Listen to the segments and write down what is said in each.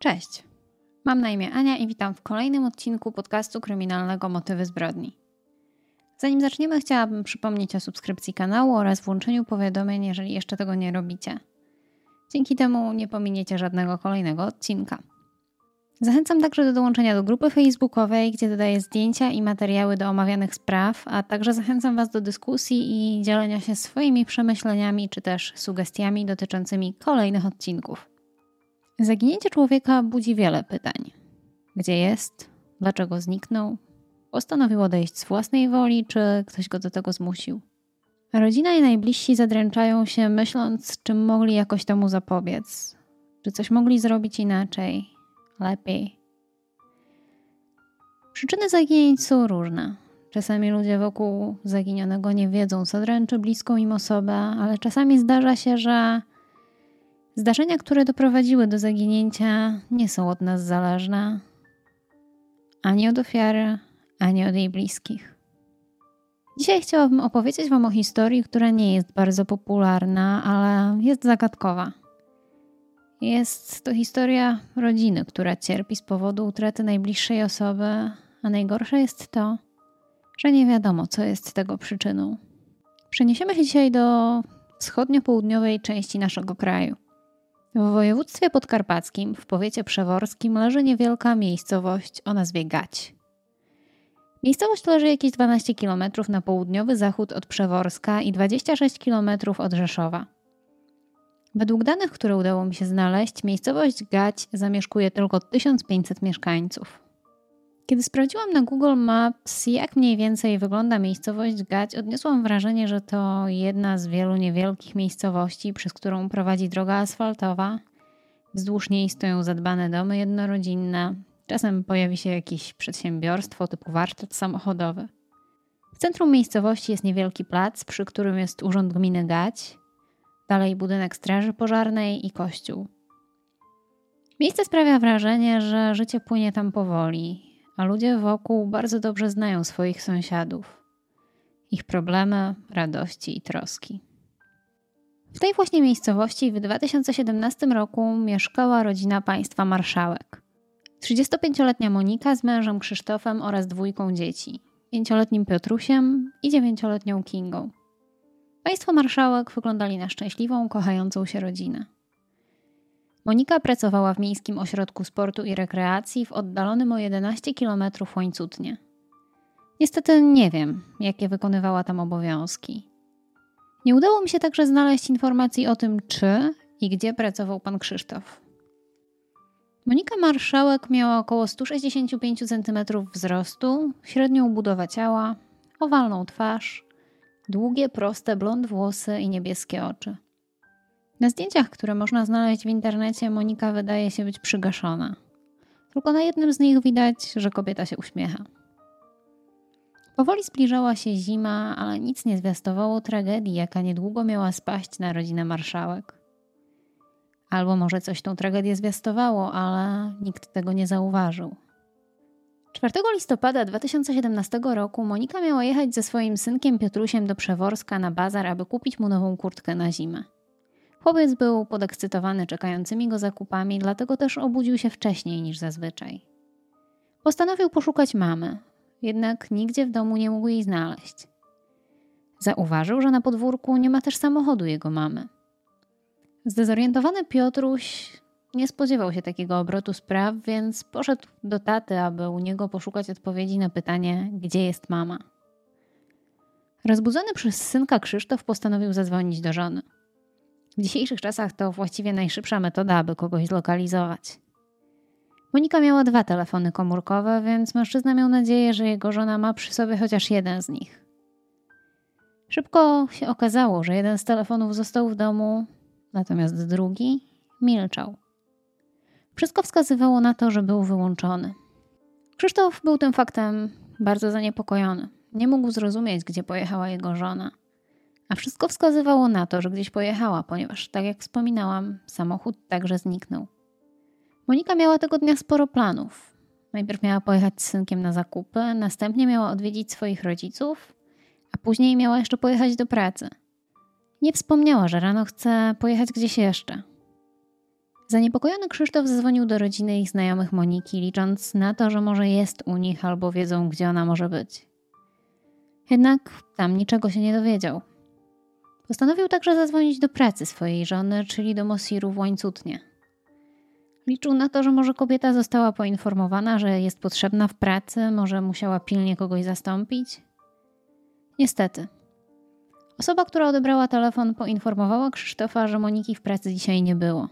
Cześć, mam na imię Ania i witam w kolejnym odcinku podcastu kryminalnego Motywy zbrodni. Zanim zaczniemy, chciałabym przypomnieć o subskrypcji kanału oraz włączeniu powiadomień, jeżeli jeszcze tego nie robicie. Dzięki temu nie pominiecie żadnego kolejnego odcinka. Zachęcam także do dołączenia do grupy facebookowej, gdzie dodaję zdjęcia i materiały do omawianych spraw, a także zachęcam Was do dyskusji i dzielenia się swoimi przemyśleniami czy też sugestiami dotyczącymi kolejnych odcinków. Zaginięcie człowieka budzi wiele pytań. Gdzie jest? Dlaczego zniknął? Postanowił odejść z własnej woli, czy ktoś go do tego zmusił? Rodzina i najbliżsi zadręczają się, myśląc, czy mogli jakoś temu zapobiec. Czy coś mogli zrobić inaczej, lepiej? Przyczyny zaginięć są różne. Czasami ludzie wokół zaginionego nie wiedzą, co dręczy bliską im osobę, ale czasami zdarza się, że zdarzenia, które doprowadziły do zaginięcia, nie są od nas zależne, ani od ofiary, ani od jej bliskich. Dzisiaj chciałabym opowiedzieć Wam o historii, która nie jest bardzo popularna, ale jest zagadkowa. Jest to historia rodziny, która cierpi z powodu utraty najbliższej osoby, a najgorsze jest to, że nie wiadomo, co jest tego przyczyną. Przeniesiemy się dzisiaj do wschodnio-południowej części naszego kraju. W województwie podkarpackim, w powiecie przeworskim, leży niewielka miejscowość o nazwie Gać. Miejscowość leży jakieś 12 km na południowy zachód od Przeworska i 26 km od Rzeszowa. Według danych, które udało mi się znaleźć, miejscowość Gać zamieszkuje tylko 1500 mieszkańców. Kiedy sprawdziłam na Google Maps, jak mniej więcej wygląda miejscowość Gać, odniosłam wrażenie, że to jedna z wielu niewielkich miejscowości, przez którą prowadzi droga asfaltowa. Wzdłuż niej stoją zadbane domy jednorodzinne. Czasem pojawi się jakieś przedsiębiorstwo typu warsztat samochodowy. W centrum miejscowości jest niewielki plac, przy którym jest urząd gminy Gać, dalej budynek straży pożarnej i kościół. Miejsce sprawia wrażenie, że życie płynie tam powoli, a ludzie wokół bardzo dobrze znają swoich sąsiadów, ich problemy, radości i troski. W tej właśnie miejscowości w 2017 roku mieszkała rodzina państwa Marszałek. 35-letnia Monika z mężem Krzysztofem oraz 2 dzieci, 5-letnim Piotrusiem i 9-letnią Kingą. Państwo Marszałek wyglądali na szczęśliwą, kochającą się rodzinę. Monika pracowała w Miejskim Ośrodku Sportu i Rekreacji w oddalonym o 11 km Łańcutnie. Niestety nie wiem, jakie wykonywała tam obowiązki. Nie udało mi się także znaleźć informacji o tym, czy i gdzie pracował pan Krzysztof. Monika Marszałek miała około 165 cm wzrostu, średnią budowę ciała, owalną twarz, długie, proste, blond włosy i niebieskie oczy. Na zdjęciach, które można znaleźć w internecie, Monika wydaje się być przygaszona. Tylko na jednym z nich widać, że kobieta się uśmiecha. Powoli zbliżała się zima, ale nic nie zwiastowało tragedii, jaka niedługo miała spaść na rodzinę Marszałek. Albo może coś tą tragedię zwiastowało, ale nikt tego nie zauważył. 4 listopada 2017 roku Monika miała jechać ze swoim synkiem Piotrusiem do Przeworska na bazar, aby kupić mu nową kurtkę na zimę. Chłopiec był podekscytowany czekającymi go zakupami, dlatego też obudził się wcześniej niż zazwyczaj. Postanowił poszukać mamy, jednak nigdzie w domu nie mógł jej znaleźć. Zauważył, że na podwórku nie ma też samochodu jego mamy. Zdezorientowany Piotruś nie spodziewał się takiego obrotu spraw, więc poszedł do taty, aby u niego poszukać odpowiedzi na pytanie, gdzie jest mama. Rozbudzony przez synka Krzysztof postanowił zadzwonić do żony. W dzisiejszych czasach to właściwie najszybsza metoda, aby kogoś zlokalizować. Monika miała 2 telefony komórkowe, więc mężczyzna miał nadzieję, że jego żona ma przy sobie chociaż jeden z nich. Szybko się okazało, że jeden z telefonów został w domu, natomiast drugi milczał. Wszystko wskazywało na to, że był wyłączony. Krzysztof był tym faktem bardzo zaniepokojony. Nie mógł zrozumieć, gdzie pojechała jego żona. A wszystko wskazywało na to, że gdzieś pojechała, ponieważ, tak jak wspominałam, samochód także zniknął. Monika miała tego dnia sporo planów. Najpierw miała pojechać z synkiem na zakupy, następnie miała odwiedzić swoich rodziców, a później miała jeszcze pojechać do pracy. Nie wspomniała, że rano chce pojechać gdzieś jeszcze. Zaniepokojony Krzysztof zadzwonił do rodziny i znajomych Moniki, licząc na to, że może jest u nich albo wiedzą, gdzie ona może być. Jednak tam niczego się nie dowiedział. Postanowił także zadzwonić do pracy swojej żony, czyli do Mosiru w Łańcutnie. Liczył na to, że może kobieta została poinformowana, że jest potrzebna w pracy, może musiała pilnie kogoś zastąpić. Niestety. Osoba, która odebrała telefon, poinformowała Krzysztofa, że Moniki w pracy dzisiaj nie było.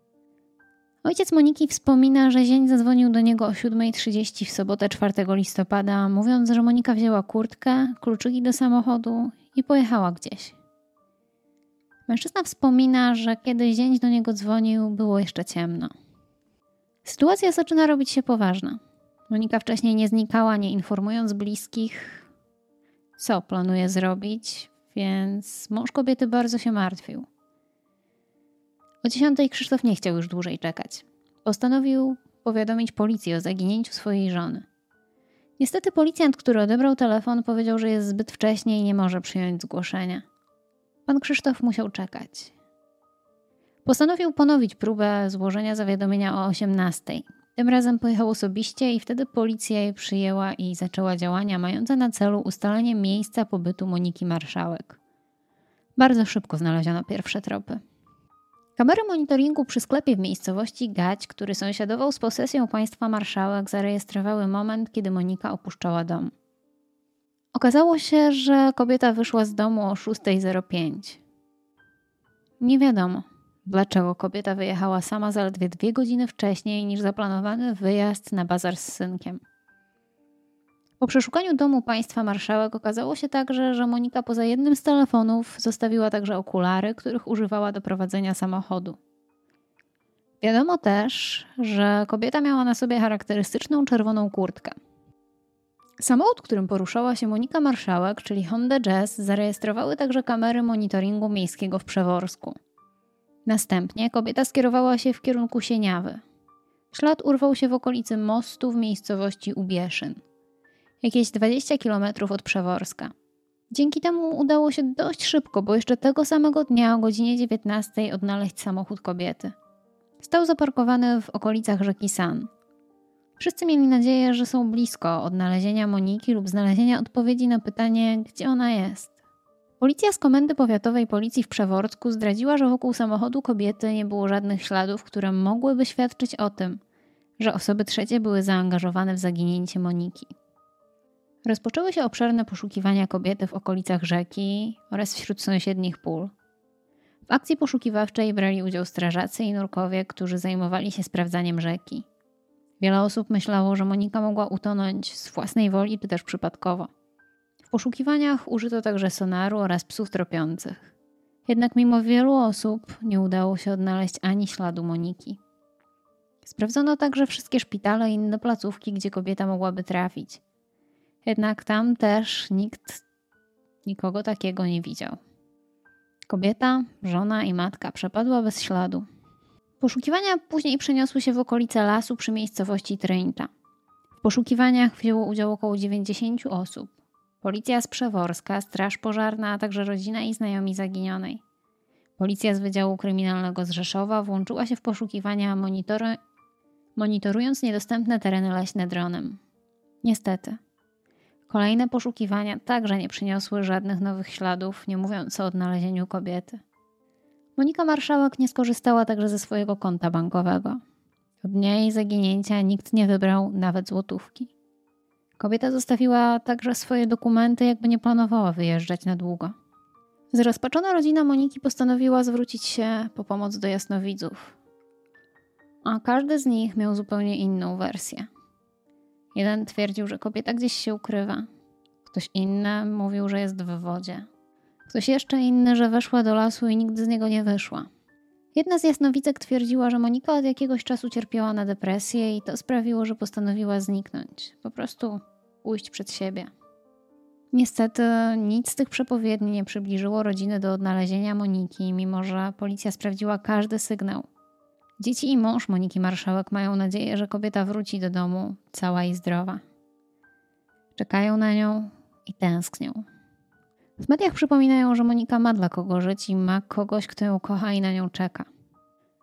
Ojciec Moniki wspomina, że zięć zadzwonił do niego o 7:30 w sobotę 4 listopada, mówiąc, że Monika wzięła kurtkę, kluczyki do samochodu i pojechała gdzieś. Mężczyzna wspomina, że kiedy zięć do niego dzwonił, było jeszcze ciemno. Sytuacja zaczyna robić się poważna. Monika wcześniej nie znikała, nie informując bliskich, co planuje zrobić, więc mąż kobiety bardzo się martwił. O 10:00 Krzysztof nie chciał już dłużej czekać. Postanowił powiadomić policję o zaginięciu swojej żony. Niestety policjant, który odebrał telefon, powiedział, że jest zbyt wcześnie i nie może przyjąć zgłoszenia. Pan Krzysztof musiał czekać. Postanowił ponowić próbę złożenia zawiadomienia o 18:00. Tym razem pojechał osobiście i wtedy policja jej przyjęła i zaczęła działania mające na celu ustalenie miejsca pobytu Moniki Marszałek. Bardzo szybko znaleziono pierwsze tropy. Kamery monitoringu przy sklepie w miejscowości Gać, który sąsiadował z posesją państwa Marszałek, zarejestrowały moment, kiedy Monika opuszczała dom. Okazało się, że kobieta wyszła z domu o 6:05. Nie wiadomo, dlaczego kobieta wyjechała sama zaledwie 2 godziny wcześniej niż zaplanowany wyjazd na bazar z synkiem. Po przeszukaniu domu państwa Marszałek okazało się także, że Monika poza jednym z telefonów zostawiła także okulary, których używała do prowadzenia samochodu. Wiadomo też, że kobieta miała na sobie charakterystyczną czerwoną kurtkę. Samochód, którym poruszała się Monika Marszałek, czyli Honda Jazz, zarejestrowały także kamery monitoringu miejskiego w Przeworsku. Następnie kobieta skierowała się w kierunku Sieniawy. Ślad urwał się w okolicy mostu w miejscowości Ubieszyn, jakieś 20 km od Przeworska. Dzięki temu udało się dość szybko, bo jeszcze tego samego dnia o godzinie 19:00 odnaleźć samochód kobiety. Stał zaparkowany w okolicach rzeki San. Wszyscy mieli nadzieję, że są blisko odnalezienia Moniki lub znalezienia odpowiedzi na pytanie, gdzie ona jest. Policja z Komendy Powiatowej Policji w Przeworsku zdradziła, że wokół samochodu kobiety nie było żadnych śladów, które mogłyby świadczyć o tym, że osoby trzecie były zaangażowane w zaginięcie Moniki. Rozpoczęły się obszerne poszukiwania kobiety w okolicach rzeki oraz wśród sąsiednich pól. W akcji poszukiwawczej brali udział strażacy i nurkowie, którzy zajmowali się sprawdzaniem rzeki. Wiele osób myślało, że Monika mogła utonąć z własnej woli czy też przypadkowo. W poszukiwaniach użyto także sonaru oraz psów tropiących. Jednak mimo wielu osób nie udało się odnaleźć ani śladu Moniki. Sprawdzono także wszystkie szpitale i inne placówki, gdzie kobieta mogłaby trafić. Jednak tam też nikt nikogo takiego nie widział. Kobieta, żona i matka przepadła bez śladu. Poszukiwania później przeniosły się w okolice lasu przy miejscowości Trynta. W poszukiwaniach wzięło udział około 90 osób. Policja z Przeworska, straż pożarna, a także rodzina i znajomi zaginionej. Policja z Wydziału Kryminalnego z Rzeszowa włączyła się w poszukiwania, monitorując niedostępne tereny leśne dronem. Niestety. Kolejne poszukiwania także nie przyniosły żadnych nowych śladów, nie mówiąc o odnalezieniu kobiety. Monika Marszałek nie skorzystała także ze swojego konta bankowego. Od dnia jej zaginięcia nikt nie wybrał nawet złotówki. Kobieta zostawiła także swoje dokumenty, jakby nie planowała wyjeżdżać na długo. Zrozpaczona rodzina Moniki postanowiła zwrócić się po pomoc do jasnowidzów. A każdy z nich miał zupełnie inną wersję. Jeden twierdził, że kobieta gdzieś się ukrywa. Ktoś inny mówił, że jest w wodzie. Ktoś jeszcze inny, że weszła do lasu i nigdy z niego nie wyszła. Jedna z jasnowidzek twierdziła, że Monika od jakiegoś czasu cierpiała na depresję i to sprawiło, że postanowiła zniknąć. Po prostu pójść przed siebie. Niestety nic z tych przepowiedni nie przybliżyło rodziny do odnalezienia Moniki, mimo że policja sprawdziła każdy sygnał. Dzieci i mąż Moniki Marszałek mają nadzieję, że kobieta wróci do domu cała i zdrowa. Czekają na nią i tęsknią. W mediach przypominają, że Monika ma dla kogo żyć i ma kogoś, kto ją kocha i na nią czeka.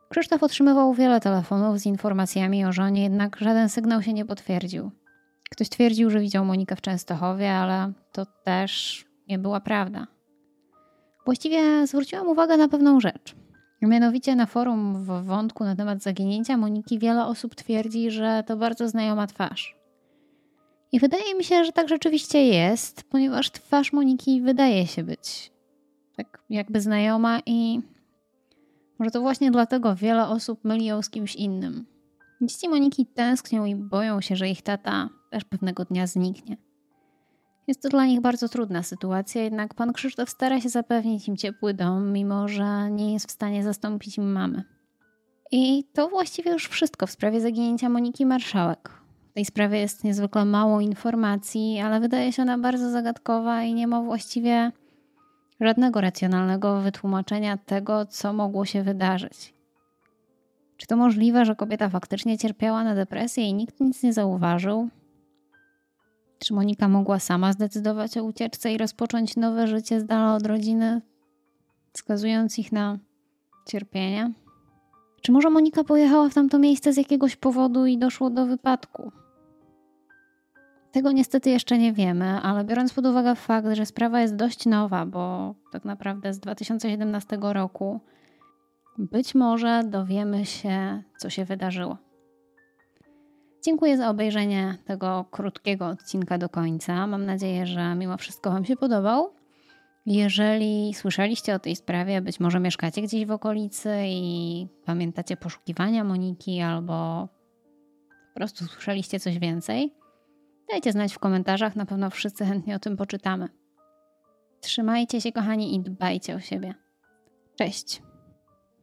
Krzysztof otrzymywał wiele telefonów z informacjami o żonie, jednak żaden sygnał się nie potwierdził. Ktoś twierdził, że widział Monikę w Częstochowie, ale to też nie była prawda. Właściwie zwróciłam uwagę na pewną rzecz. Mianowicie na forum w wątku na temat zaginięcia Moniki wiele osób twierdzi, że to bardzo znajoma twarz. I wydaje mi się, że tak rzeczywiście jest, ponieważ twarz Moniki wydaje się być tak jakby znajoma i może to właśnie dlatego wiele osób myli ją z kimś innym. Dzieci Moniki tęsknią i boją się, że ich tata też pewnego dnia zniknie. Jest to dla nich bardzo trudna sytuacja, jednak pan Krzysztof stara się zapewnić im ciepły dom, mimo że nie jest w stanie zastąpić im mamy. I to właściwie już wszystko w sprawie zaginięcia Moniki Marszałek. W tej sprawie jest niezwykle mało informacji, ale wydaje się ona bardzo zagadkowa i nie ma właściwie żadnego racjonalnego wytłumaczenia tego, co mogło się wydarzyć. Czy to możliwe, że kobieta faktycznie cierpiała na depresję i nikt nic nie zauważył? Czy Monika mogła sama zdecydować o ucieczce i rozpocząć nowe życie z dala od rodziny, skazując ich na cierpienie? Czy może Monika pojechała w tamto miejsce z jakiegoś powodu i doszło do wypadku? Tego niestety jeszcze nie wiemy, ale biorąc pod uwagę fakt, że sprawa jest dość nowa, bo tak naprawdę z 2017 roku, być może dowiemy się, co się wydarzyło. Dziękuję za obejrzenie tego krótkiego odcinka do końca. Mam nadzieję, że mimo wszystko Wam się podobał. Jeżeli słyszeliście o tej sprawie, być może mieszkacie gdzieś w okolicy i pamiętacie poszukiwania Moniki albo po prostu słyszeliście coś więcej, dajcie znać w komentarzach, na pewno wszyscy chętnie o tym poczytamy. Trzymajcie się, kochani, i dbajcie o siebie. Cześć!